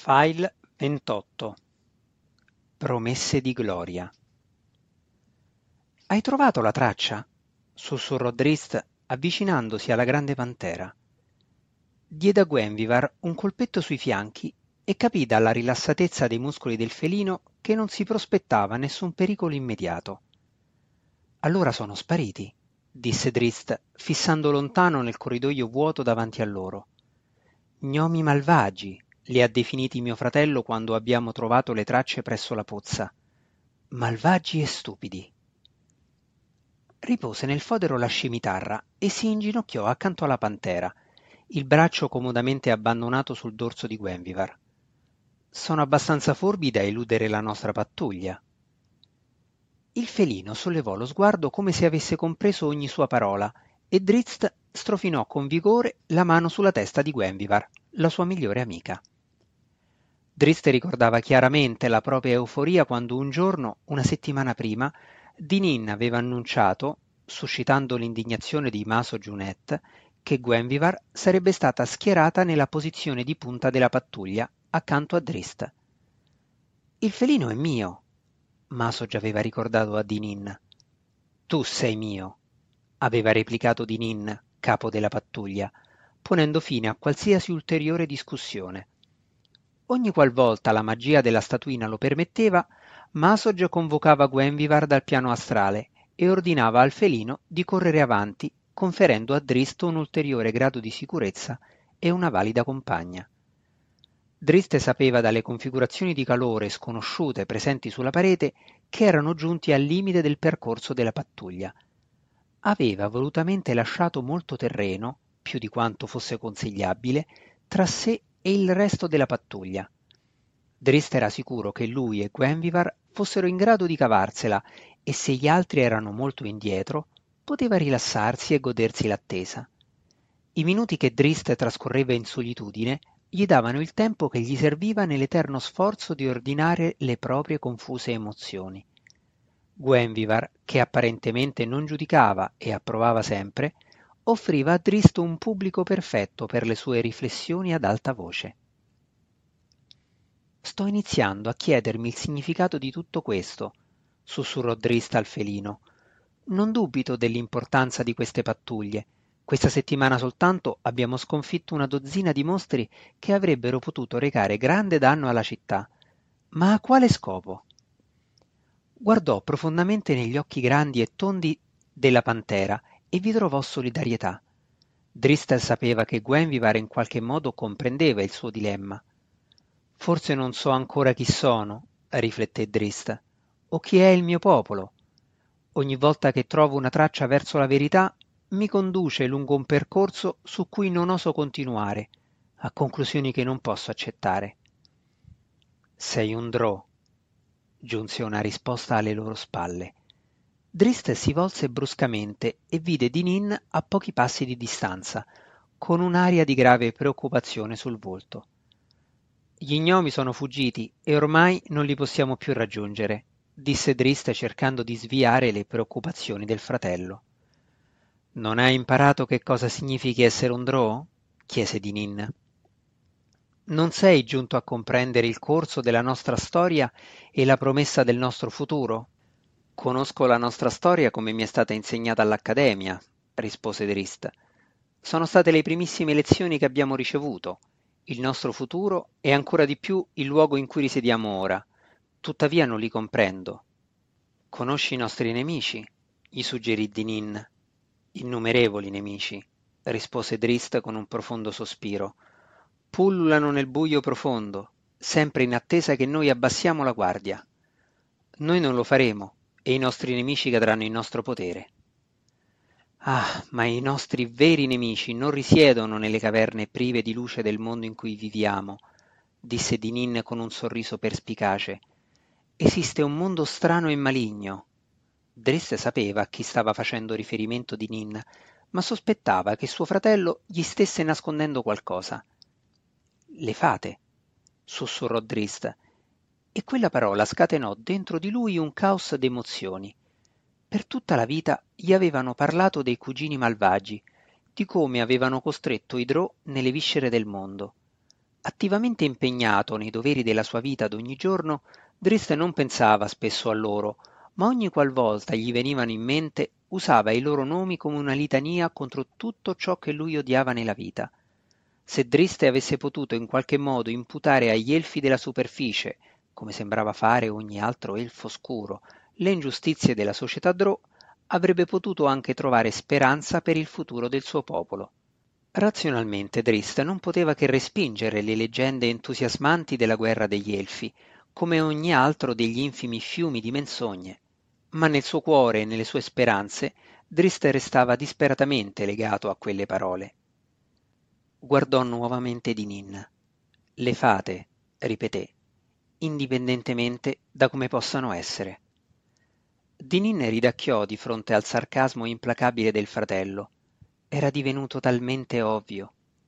File 28. Promesse di gloria. Hai trovato la traccia? Sussurrò Drist avvicinandosi alla grande pantera. Diede a Gwenvivar un colpetto sui fianchi e capì dalla rilassatezza dei muscoli del felino che non si prospettava nessun pericolo immediato. Allora sono spariti, disse Drist, fissando lontano nel corridoio vuoto davanti a loro. Gnomi malvagi, li ha definiti mio fratello quando abbiamo trovato le tracce presso la pozza. Malvagi e stupidi. Ripose nel fodero la scimitarra e si inginocchiò accanto alla pantera, il braccio comodamente abbandonato sul dorso di Gwenvivar. Sono abbastanza furbi da eludere la nostra pattuglia. Il felino sollevò lo sguardo come se avesse compreso ogni sua parola e Drizzt strofinò con vigore la mano sulla testa di Gwenvivar, la sua migliore amica. Drizzt ricordava chiaramente la propria euforia quando un giorno, una settimana prima, Dinin aveva annunciato, suscitando l'indignazione di Maso Junet, che Gwenvivar sarebbe stata schierata nella posizione di punta della pattuglia, accanto a Drizzt. «Il felino è mio», Maso già aveva ricordato a Dinin. «Tu sei mio», aveva replicato Dinin, capo della pattuglia, ponendo fine a qualsiasi ulteriore discussione. Ogni qualvolta la magia della statuina lo permetteva, Masog convocava Gwenvivar dal piano astrale e ordinava al felino di correre avanti, conferendo a Drist un ulteriore grado di sicurezza e una valida compagna. Drist sapeva dalle configurazioni di calore sconosciute presenti sulla parete che erano giunti al limite del percorso della pattuglia. Aveva volutamente lasciato molto terreno, più di quanto fosse consigliabile, tra sé e il resto della pattuglia. Drist era sicuro che lui e Gwenvivar fossero in grado di cavarsela e se gli altri erano molto indietro, poteva rilassarsi e godersi l'attesa. I minuti che Drist trascorreva in solitudine gli davano il tempo che gli serviva nell'eterno sforzo di ordinare le proprie confuse emozioni. Gwenvivar, che apparentemente non giudicava e approvava sempre, offriva a Drist un pubblico perfetto per le sue riflessioni ad alta voce. «Sto iniziando a chiedermi il significato di tutto questo», sussurrò Drist al felino. «Non dubito dell'importanza di queste pattuglie. Questa settimana soltanto abbiamo sconfitto una dozzina di mostri che avrebbero potuto recare grande danno alla città. Ma a quale scopo?» Guardò profondamente negli occhi grandi e tondi della pantera e vi trovò solidarietà. Drist sapeva che Gwenvivar in qualche modo comprendeva il suo dilemma. «Forse non so ancora chi sono», rifletté Drist, «o chi è il mio popolo. Ogni volta che trovo una traccia verso la verità, mi conduce lungo un percorso su cui non oso continuare, a conclusioni che non posso accettare». «Sei un Drow», giunse una risposta alle loro spalle. Drist si volse bruscamente e vide Dinin a pochi passi di distanza, con un'aria di grave preoccupazione sul volto. «Gli gnomi sono fuggiti e ormai non li possiamo più raggiungere», disse Drist cercando di sviare le preoccupazioni del fratello. «Non hai imparato che cosa significhi essere un Drow?» chiese Dinin. «Non sei giunto a comprendere il corso della nostra storia e la promessa del nostro futuro?» «Conosco la nostra storia come mi è stata insegnata all'Accademia», rispose Drist. «Sono state le primissime lezioni che abbiamo ricevuto. Il nostro futuro e ancora di più il luogo in cui risediamo ora. Tuttavia non li comprendo». «Conosci i nostri nemici?» gli suggerì Dinin. «Innumerevoli nemici», rispose Drist con un profondo sospiro. «Pullulano nel buio profondo, sempre in attesa che noi abbassiamo la guardia. Noi non lo faremo e i nostri nemici cadranno in nostro potere». «Ah, ma i nostri veri nemici non risiedono nelle caverne prive di luce del mondo in cui viviamo», disse Dinin con un sorriso perspicace. «Esiste un mondo strano e maligno». Drist sapeva a chi stava facendo riferimento Dinin, ma sospettava che suo fratello gli stesse nascondendo qualcosa. «Le fate», sussurrò Drist, e quella parola scatenò dentro di lui un caos d'emozioni. Per tutta la vita gli avevano parlato dei cugini malvagi, di come avevano costretto i Drow nelle viscere del mondo. Attivamente impegnato nei doveri della sua vita d'ogni giorno, Drist non pensava spesso a loro, ma ogni qualvolta gli venivano in mente usava i loro nomi come una litania contro tutto ciò che lui odiava nella vita. Se Driste avesse potuto in qualche modo imputare agli elfi della superficie, come sembrava fare ogni altro elfo scuro, le ingiustizie della società Drow, avrebbe potuto anche trovare speranza per il futuro del suo popolo. Razionalmente Drist non poteva che respingere le leggende entusiasmanti della guerra degli Elfi, come ogni altro degli infimi fiumi di menzogne, ma nel suo cuore e nelle sue speranze Drist restava disperatamente legato a quelle parole. Guardò nuovamente Dinin. Le fate, ripeté, indipendentemente da come possano essere. Dinin ridacchiò di fronte al sarcasmo implacabile del fratello. Era divenuto talmente ovvio.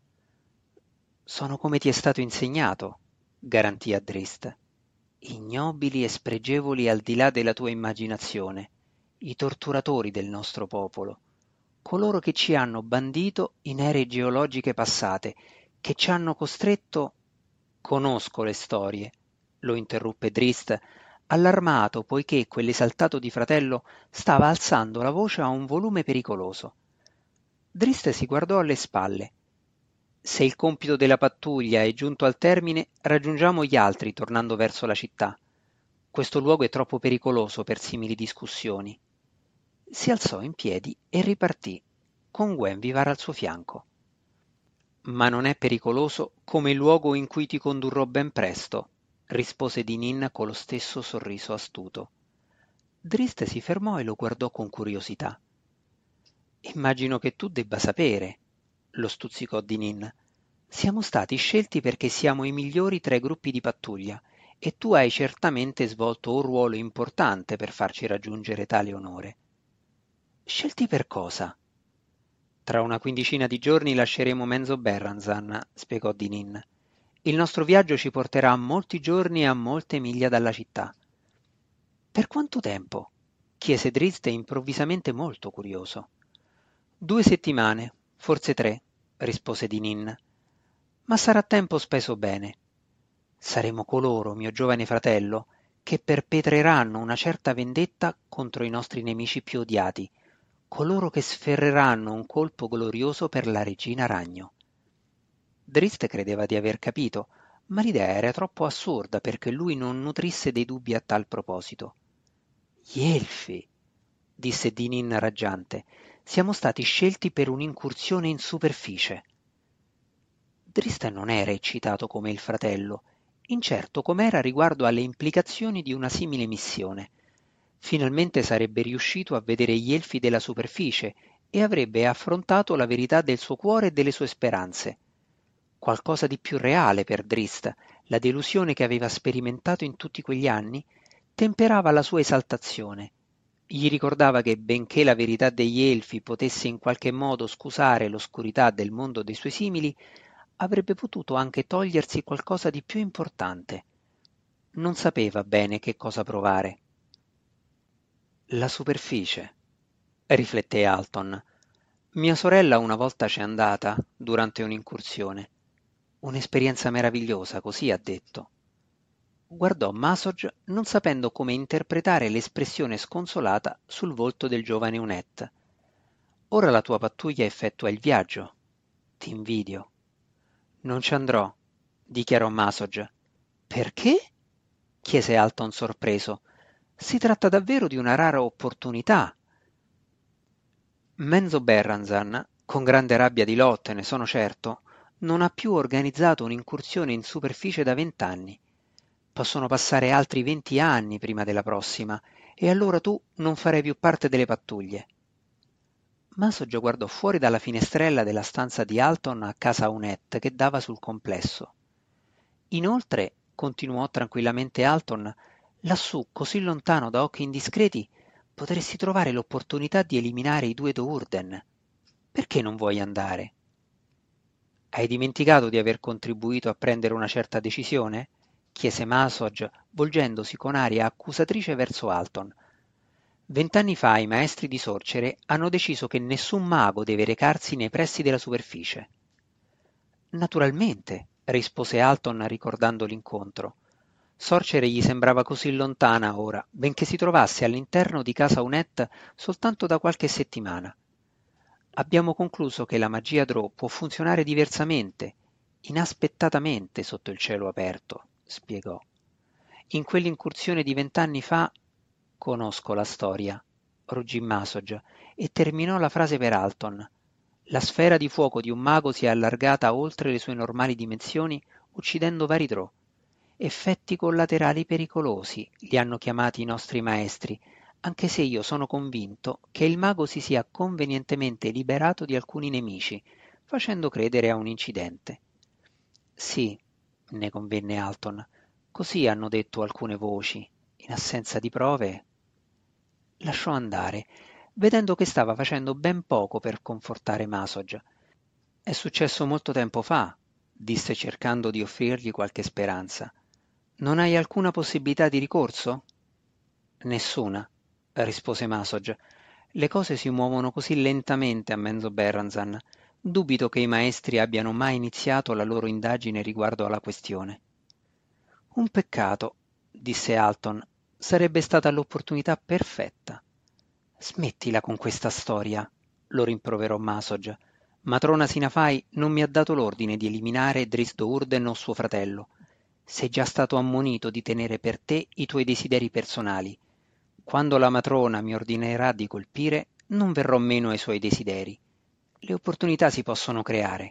Sono come ti è stato insegnato, garantì Adrist. Ignobili e spregevoli al di là della tua immaginazione, i torturatori del nostro popolo, coloro che ci hanno bandito in ere geologiche passate, che ci hanno costretto... Conosco le storie, lo interruppe Drist, allarmato poiché quell'esaltato di fratello stava alzando la voce a un volume pericoloso. Drist si guardò alle spalle. Se il compito della pattuglia è giunto al termine, raggiungiamo gli altri tornando verso la città. Questo luogo è troppo pericoloso per simili discussioni. Si alzò in piedi e ripartì, con Gwenvivar al suo fianco. Ma non è pericoloso come il luogo in cui ti condurrò ben presto, rispose Dinin con lo stesso sorriso astuto. Drist si fermò e lo guardò con curiosità. Immagino che tu debba sapere, lo stuzzicò Dinin. Siamo stati scelti perché siamo i migliori tra i gruppi di pattuglia e tu hai certamente svolto un ruolo importante per farci raggiungere tale onore. Scelti per cosa? Tra una quindicina di giorni lasceremo Menzo Berranzan, spiegò Dinin. Il nostro viaggio ci porterà a molti giorni e a molte miglia dalla città. Per quanto tempo? Chiese Driste improvvisamente molto curioso. 2 settimane, forse 3, rispose Dinin. Ma sarà tempo speso bene. Saremo coloro, mio giovane fratello, che perpetreranno una certa vendetta contro i nostri nemici più odiati, coloro che sferreranno un colpo glorioso per la regina Ragno. Drist credeva di aver capito, ma l'idea era troppo assurda perché lui non nutrisse dei dubbi a tal proposito. Gli Elfi, disse Dinin raggiante, siamo stati scelti per un'incursione in superficie. Drist non era eccitato come il fratello, incerto com'era riguardo alle implicazioni di una simile missione. Finalmente sarebbe riuscito a vedere gli elfi della superficie e avrebbe affrontato la verità del suo cuore e delle sue speranze. Qualcosa di più reale per Drist, la delusione che aveva sperimentato in tutti quegli anni, temperava la sua esaltazione. Gli ricordava che, benché la verità degli elfi potesse in qualche modo scusare l'oscurità del mondo dei suoi simili, avrebbe potuto anche togliersi qualcosa di più importante. Non sapeva bene che cosa provare. La superficie, rifletté Alton. Mia sorella una volta c'è andata durante un'incursione. Un'esperienza meravigliosa, così ha detto. Guardò Masog non sapendo come interpretare l'espressione sconsolata sul volto del giovane Unet. Ora la tua pattuglia effettua il viaggio. Ti invidio. Non ci andrò, dichiarò Masog. Perché? Chiese Alton sorpreso. Si tratta davvero di una rara opportunità. Menzo Berranzan, con grande rabbia di Lot, ne sono certo, non ha più organizzato un'incursione in superficie da 20 anni. Possono passare altri 20 anni prima della prossima, e allora tu non farai più parte delle pattuglie. Masog guardò fuori dalla finestrella della stanza di Alton a casa Unet che dava sul complesso. Inoltre, continuò tranquillamente Alton, lassù, così lontano da occhi indiscreti, potresti trovare l'opportunità di eliminare i 2 Dourden. Perché non vuoi andare? Hai dimenticato di aver contribuito a prendere una certa decisione? Chiese Masog, volgendosi con aria accusatrice verso Alton. 20 anni fa i maestri di Sorcere hanno deciso che nessun mago deve recarsi nei pressi della superficie. Naturalmente, rispose Alton ricordando l'incontro. Sorcere gli sembrava così lontana ora, benché si trovasse all'interno di casa Unet soltanto da qualche settimana. Abbiamo concluso che la magia Drow può funzionare diversamente, inaspettatamente sotto il cielo aperto, spiegò. In quell'incursione di 20 anni fa conosco la storia, ruggì Masog e terminò la frase per Alton. La sfera di fuoco di un mago si è allargata oltre le sue normali dimensioni, uccidendo vari Drow. Effetti collaterali pericolosi li hanno chiamati i nostri maestri, anche se io sono convinto che il mago si sia convenientemente liberato di alcuni nemici, facendo credere a un incidente. Sì, ne convenne Alton, così hanno detto alcune voci. In assenza di prove, lasciò andare, vedendo che stava facendo ben poco per confortare Masog. È successo molto tempo fa, disse cercando di offrirgli qualche speranza. Non hai alcuna possibilità di ricorso? Nessuna, rispose Masog. Le cose si muovono così lentamente a Menzoberranzan. Dubito che i maestri abbiano mai iniziato la loro indagine riguardo alla questione. Un peccato, disse Alton. Sarebbe stata l'opportunità perfetta. Smettila con questa storia, lo rimproverò Masog. Matrona Sinafai non mi ha dato l'ordine di eliminare Drizzt Do'Urden o suo fratello. Sei già stato ammonito di tenere per te i tuoi desideri personali. Quando la matrona mi ordinerà di colpire, non verrò meno ai suoi desideri. Le opportunità si possono creare.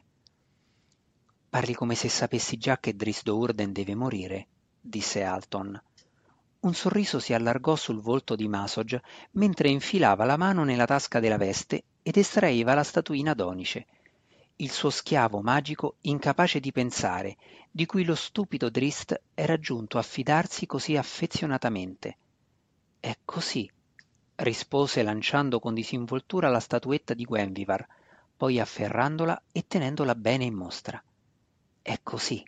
Parli come se sapessi già che Drizzt Do'Urden deve morire, disse Alton. Un sorriso si allargò sul volto di Masog mentre infilava la mano nella tasca della veste ed estraeva la statuina d'onice, il suo schiavo magico incapace di pensare, di cui lo stupido Drizzt era giunto a fidarsi così affezionatamente. È così, rispose lanciando con disinvoltura la statuetta di Gwenvivar, poi afferrandola e tenendola bene in mostra. È così.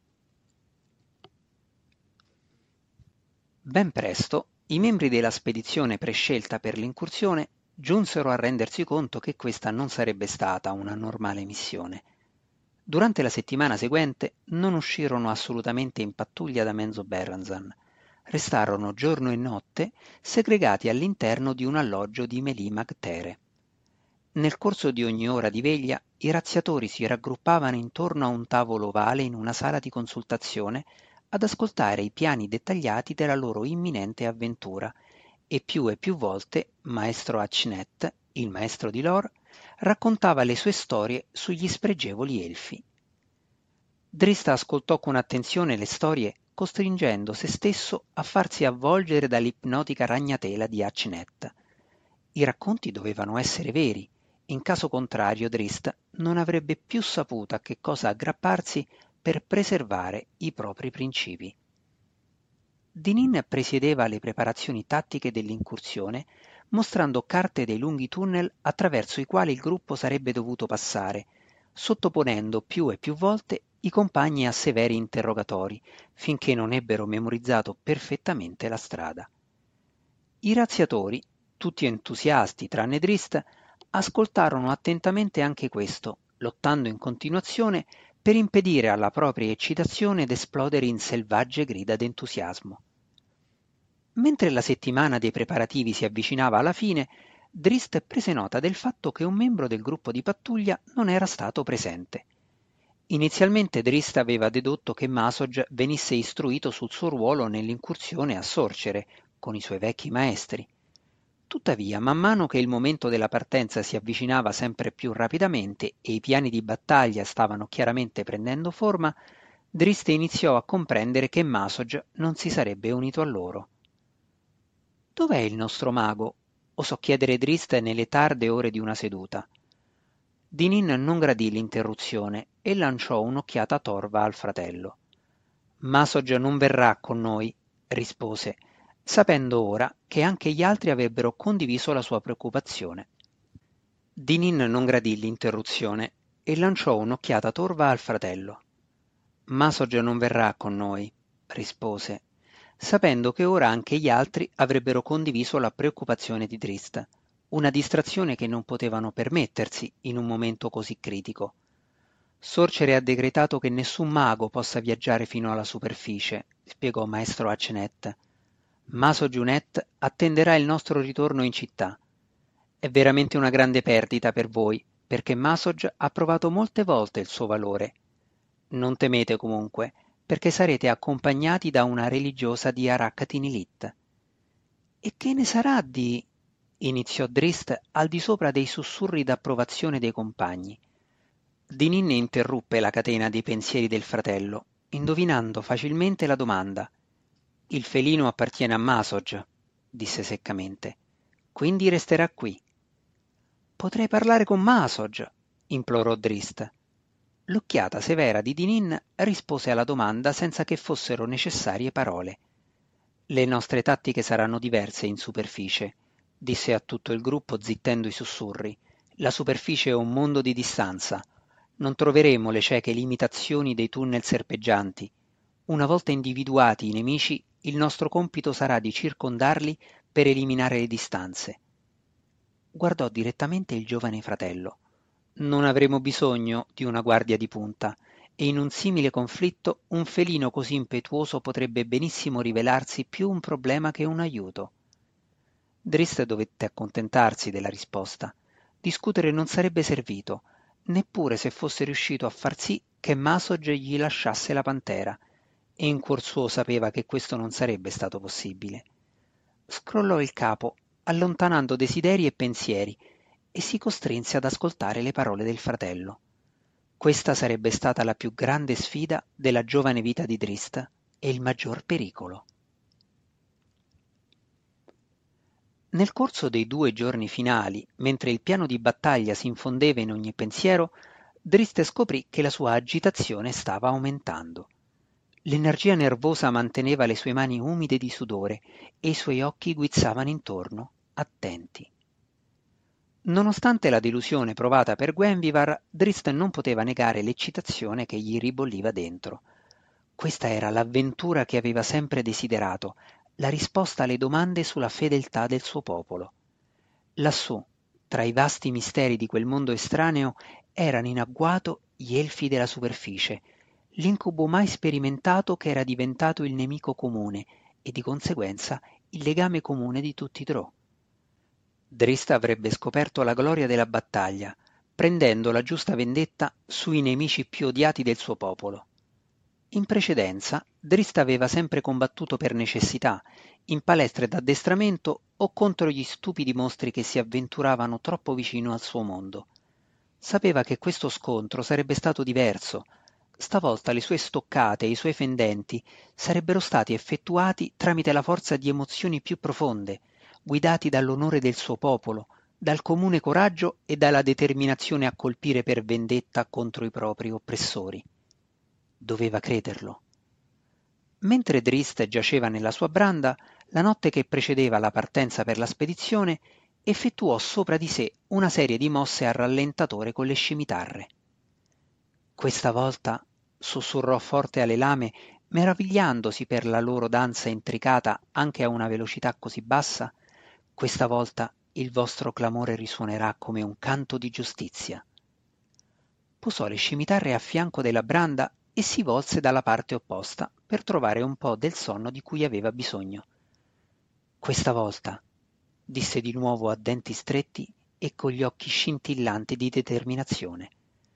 Ben presto i membri della spedizione prescelta per l'incursione giunsero a rendersi conto che questa non sarebbe stata una normale missione. Durante la settimana seguente non uscirono assolutamente in pattuglia da Menzoberranzan. Restarono giorno e notte segregati all'interno di un alloggio di Melimag Tere. Nel corso di ogni ora di veglia i razziatori si raggruppavano intorno a un tavolo ovale in una sala di consultazione ad ascoltare i piani dettagliati della loro imminente avventura e più volte maestro Acnet, il maestro di lore, raccontava le sue storie sugli spregevoli elfi. Drista ascoltò con attenzione le storie, costringendo se stesso a farsi avvolgere dall'ipnotica ragnatela di Acnet. I racconti dovevano essere veri, in caso contrario Drist non avrebbe più saputo a che cosa aggrapparsi per preservare i propri principi. Dinin presiedeva le preparazioni tattiche dell'incursione, mostrando carte dei lunghi tunnel attraverso i quali il gruppo sarebbe dovuto passare, sottoponendo più e più volte i compagni a severi interrogatori, finché non ebbero memorizzato perfettamente la strada. I razziatori, tutti entusiasti tranne Drist, ascoltarono attentamente anche questo, lottando in continuazione per impedire alla propria eccitazione d'esplodere in selvagge grida d'entusiasmo. Mentre la settimana dei preparativi si avvicinava alla fine, Drist prese nota del fatto che un membro del gruppo di pattuglia non era stato presente. Inizialmente Drist aveva dedotto che Masog venisse istruito sul suo ruolo nell'incursione a Sorcere con i suoi vecchi maestri. Tuttavia, man mano che il momento della partenza si avvicinava sempre più rapidamente e i piani di battaglia stavano chiaramente prendendo forma, Drist iniziò a comprendere che Masog non si sarebbe unito a loro. «Dov'è il nostro mago?» osò chiedere Drist nelle tarde ore di una seduta. Dinin non gradì l'interruzione e lanciò un'occhiata torva al fratello. «Masog non verrà con noi», rispose, sapendo ora che anche gli altri avrebbero condiviso la sua preoccupazione. Dinin non gradì l'interruzione e lanciò un'occhiata torva al fratello. «Masog non verrà con noi», rispose, sapendo che ora anche gli altri avrebbero condiviso la preoccupazione di Drist, una distrazione che non potevano permettersi in un momento così critico. Sorcere ha decretato che nessun mago possa viaggiare fino alla superficie, spiegò maestro Acenet. Maso Giunet attenderà il nostro ritorno in città. È veramente una grande perdita per voi, perché Masog ha provato molte volte il suo valore. Non temete comunque, perché sarete accompagnati da una religiosa di Arak-Tinilit. E che ne sarà di... iniziò Drist al di sopra dei sussurri d'approvazione dei compagni. Dinin interruppe la catena dei pensieri del fratello, indovinando facilmente la domanda. Il felino appartiene a Masog, disse seccamente. Quindi resterà qui. Potrei parlare con Masog, implorò Drist. L'occhiata severa di Dinin rispose alla domanda senza che fossero necessarie parole. Le nostre tattiche saranno diverse in superficie, disse a tutto il gruppo zittendo i sussurri. La superficie è un mondo di distanza. Non troveremo le cieche limitazioni dei tunnel serpeggianti. Una volta individuati i nemici, il nostro compito sarà di circondarli per eliminare le distanze. Guardò direttamente il giovane fratello. Non avremo bisogno di una guardia di punta, e in un simile conflitto un felino così impetuoso potrebbe benissimo rivelarsi più un problema che un aiuto. Drist dovette accontentarsi della risposta. Discutere non sarebbe servito, neppure se fosse riuscito a far sì che Masog gli lasciasse la pantera, e in cuor suo sapeva che questo non sarebbe stato possibile. Scrollò il capo, allontanando desideri e pensieri, e si costrinse ad ascoltare le parole del fratello. Questa sarebbe stata la più grande sfida della giovane vita di Drist e il maggior pericolo. Nel corso dei 2 giorni finali, mentre il piano di battaglia si infondeva in ogni pensiero, Drist scoprì che la sua agitazione stava aumentando. L'energia nervosa manteneva le sue mani umide di sudore e i suoi occhi guizzavano intorno, attenti. Nonostante la delusione provata per Gwenvivar, Drist non poteva negare l'eccitazione che gli ribolliva dentro. Questa era l'avventura che aveva sempre desiderato, la risposta alle domande sulla fedeltà del suo popolo. Lassù, tra i vasti misteri di quel mondo estraneo, erano in agguato gli elfi della superficie, l'incubo mai sperimentato che era diventato il nemico comune e di conseguenza il legame comune di tutti i Drow. Drist avrebbe scoperto la gloria della battaglia, prendendo la giusta vendetta sui nemici più odiati del suo popolo. In precedenza, Drist aveva sempre combattuto per necessità, in palestre d'addestramento o contro gli stupidi mostri che si avventuravano troppo vicino al suo mondo. Sapeva che questo scontro sarebbe stato diverso. Stavolta le sue stoccate e i suoi fendenti sarebbero stati effettuati tramite la forza di emozioni più profonde, guidati dall'onore del suo popolo, dal comune coraggio e dalla determinazione a colpire per vendetta contro i propri oppressori. Doveva crederlo. Mentre Drist giaceva nella sua branda, la notte che precedeva la partenza per la spedizione, effettuò sopra di sé una serie di mosse a rallentatore con le scimitarre. Questa volta, sussurrò forte alle lame, meravigliandosi per la loro danza intricata anche a una velocità così bassa, questa volta il vostro clamore risuonerà come un canto di giustizia. Posò le scimitarre a fianco della branda e si volse dalla parte opposta per trovare un po' del sonno di cui aveva bisogno. Questa volta, disse di nuovo a denti stretti e con gli occhi scintillanti di determinazione.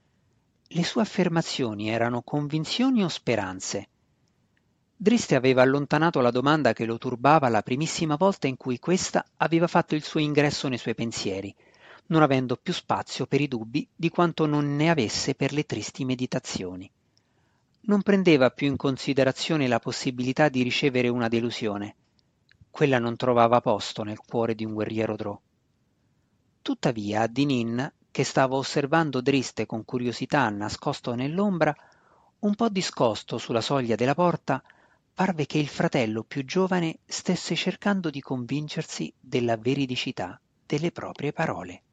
Le sue affermazioni erano convinzioni o speranze? Drist aveva allontanato la domanda che lo turbava la primissima volta in cui questa aveva fatto il suo ingresso nei suoi pensieri, non avendo più spazio per i dubbi di quanto non ne avesse per le tristi meditazioni. Non prendeva più in considerazione la possibilità di ricevere una delusione. Quella non trovava posto nel cuore di un guerriero Drow. Tuttavia a Dinin, che stava osservando Drist con curiosità nascosto nell'ombra, un po' discosto sulla soglia della porta, parve che il fratello più giovane stesse cercando di convincersi della veridicità delle proprie parole.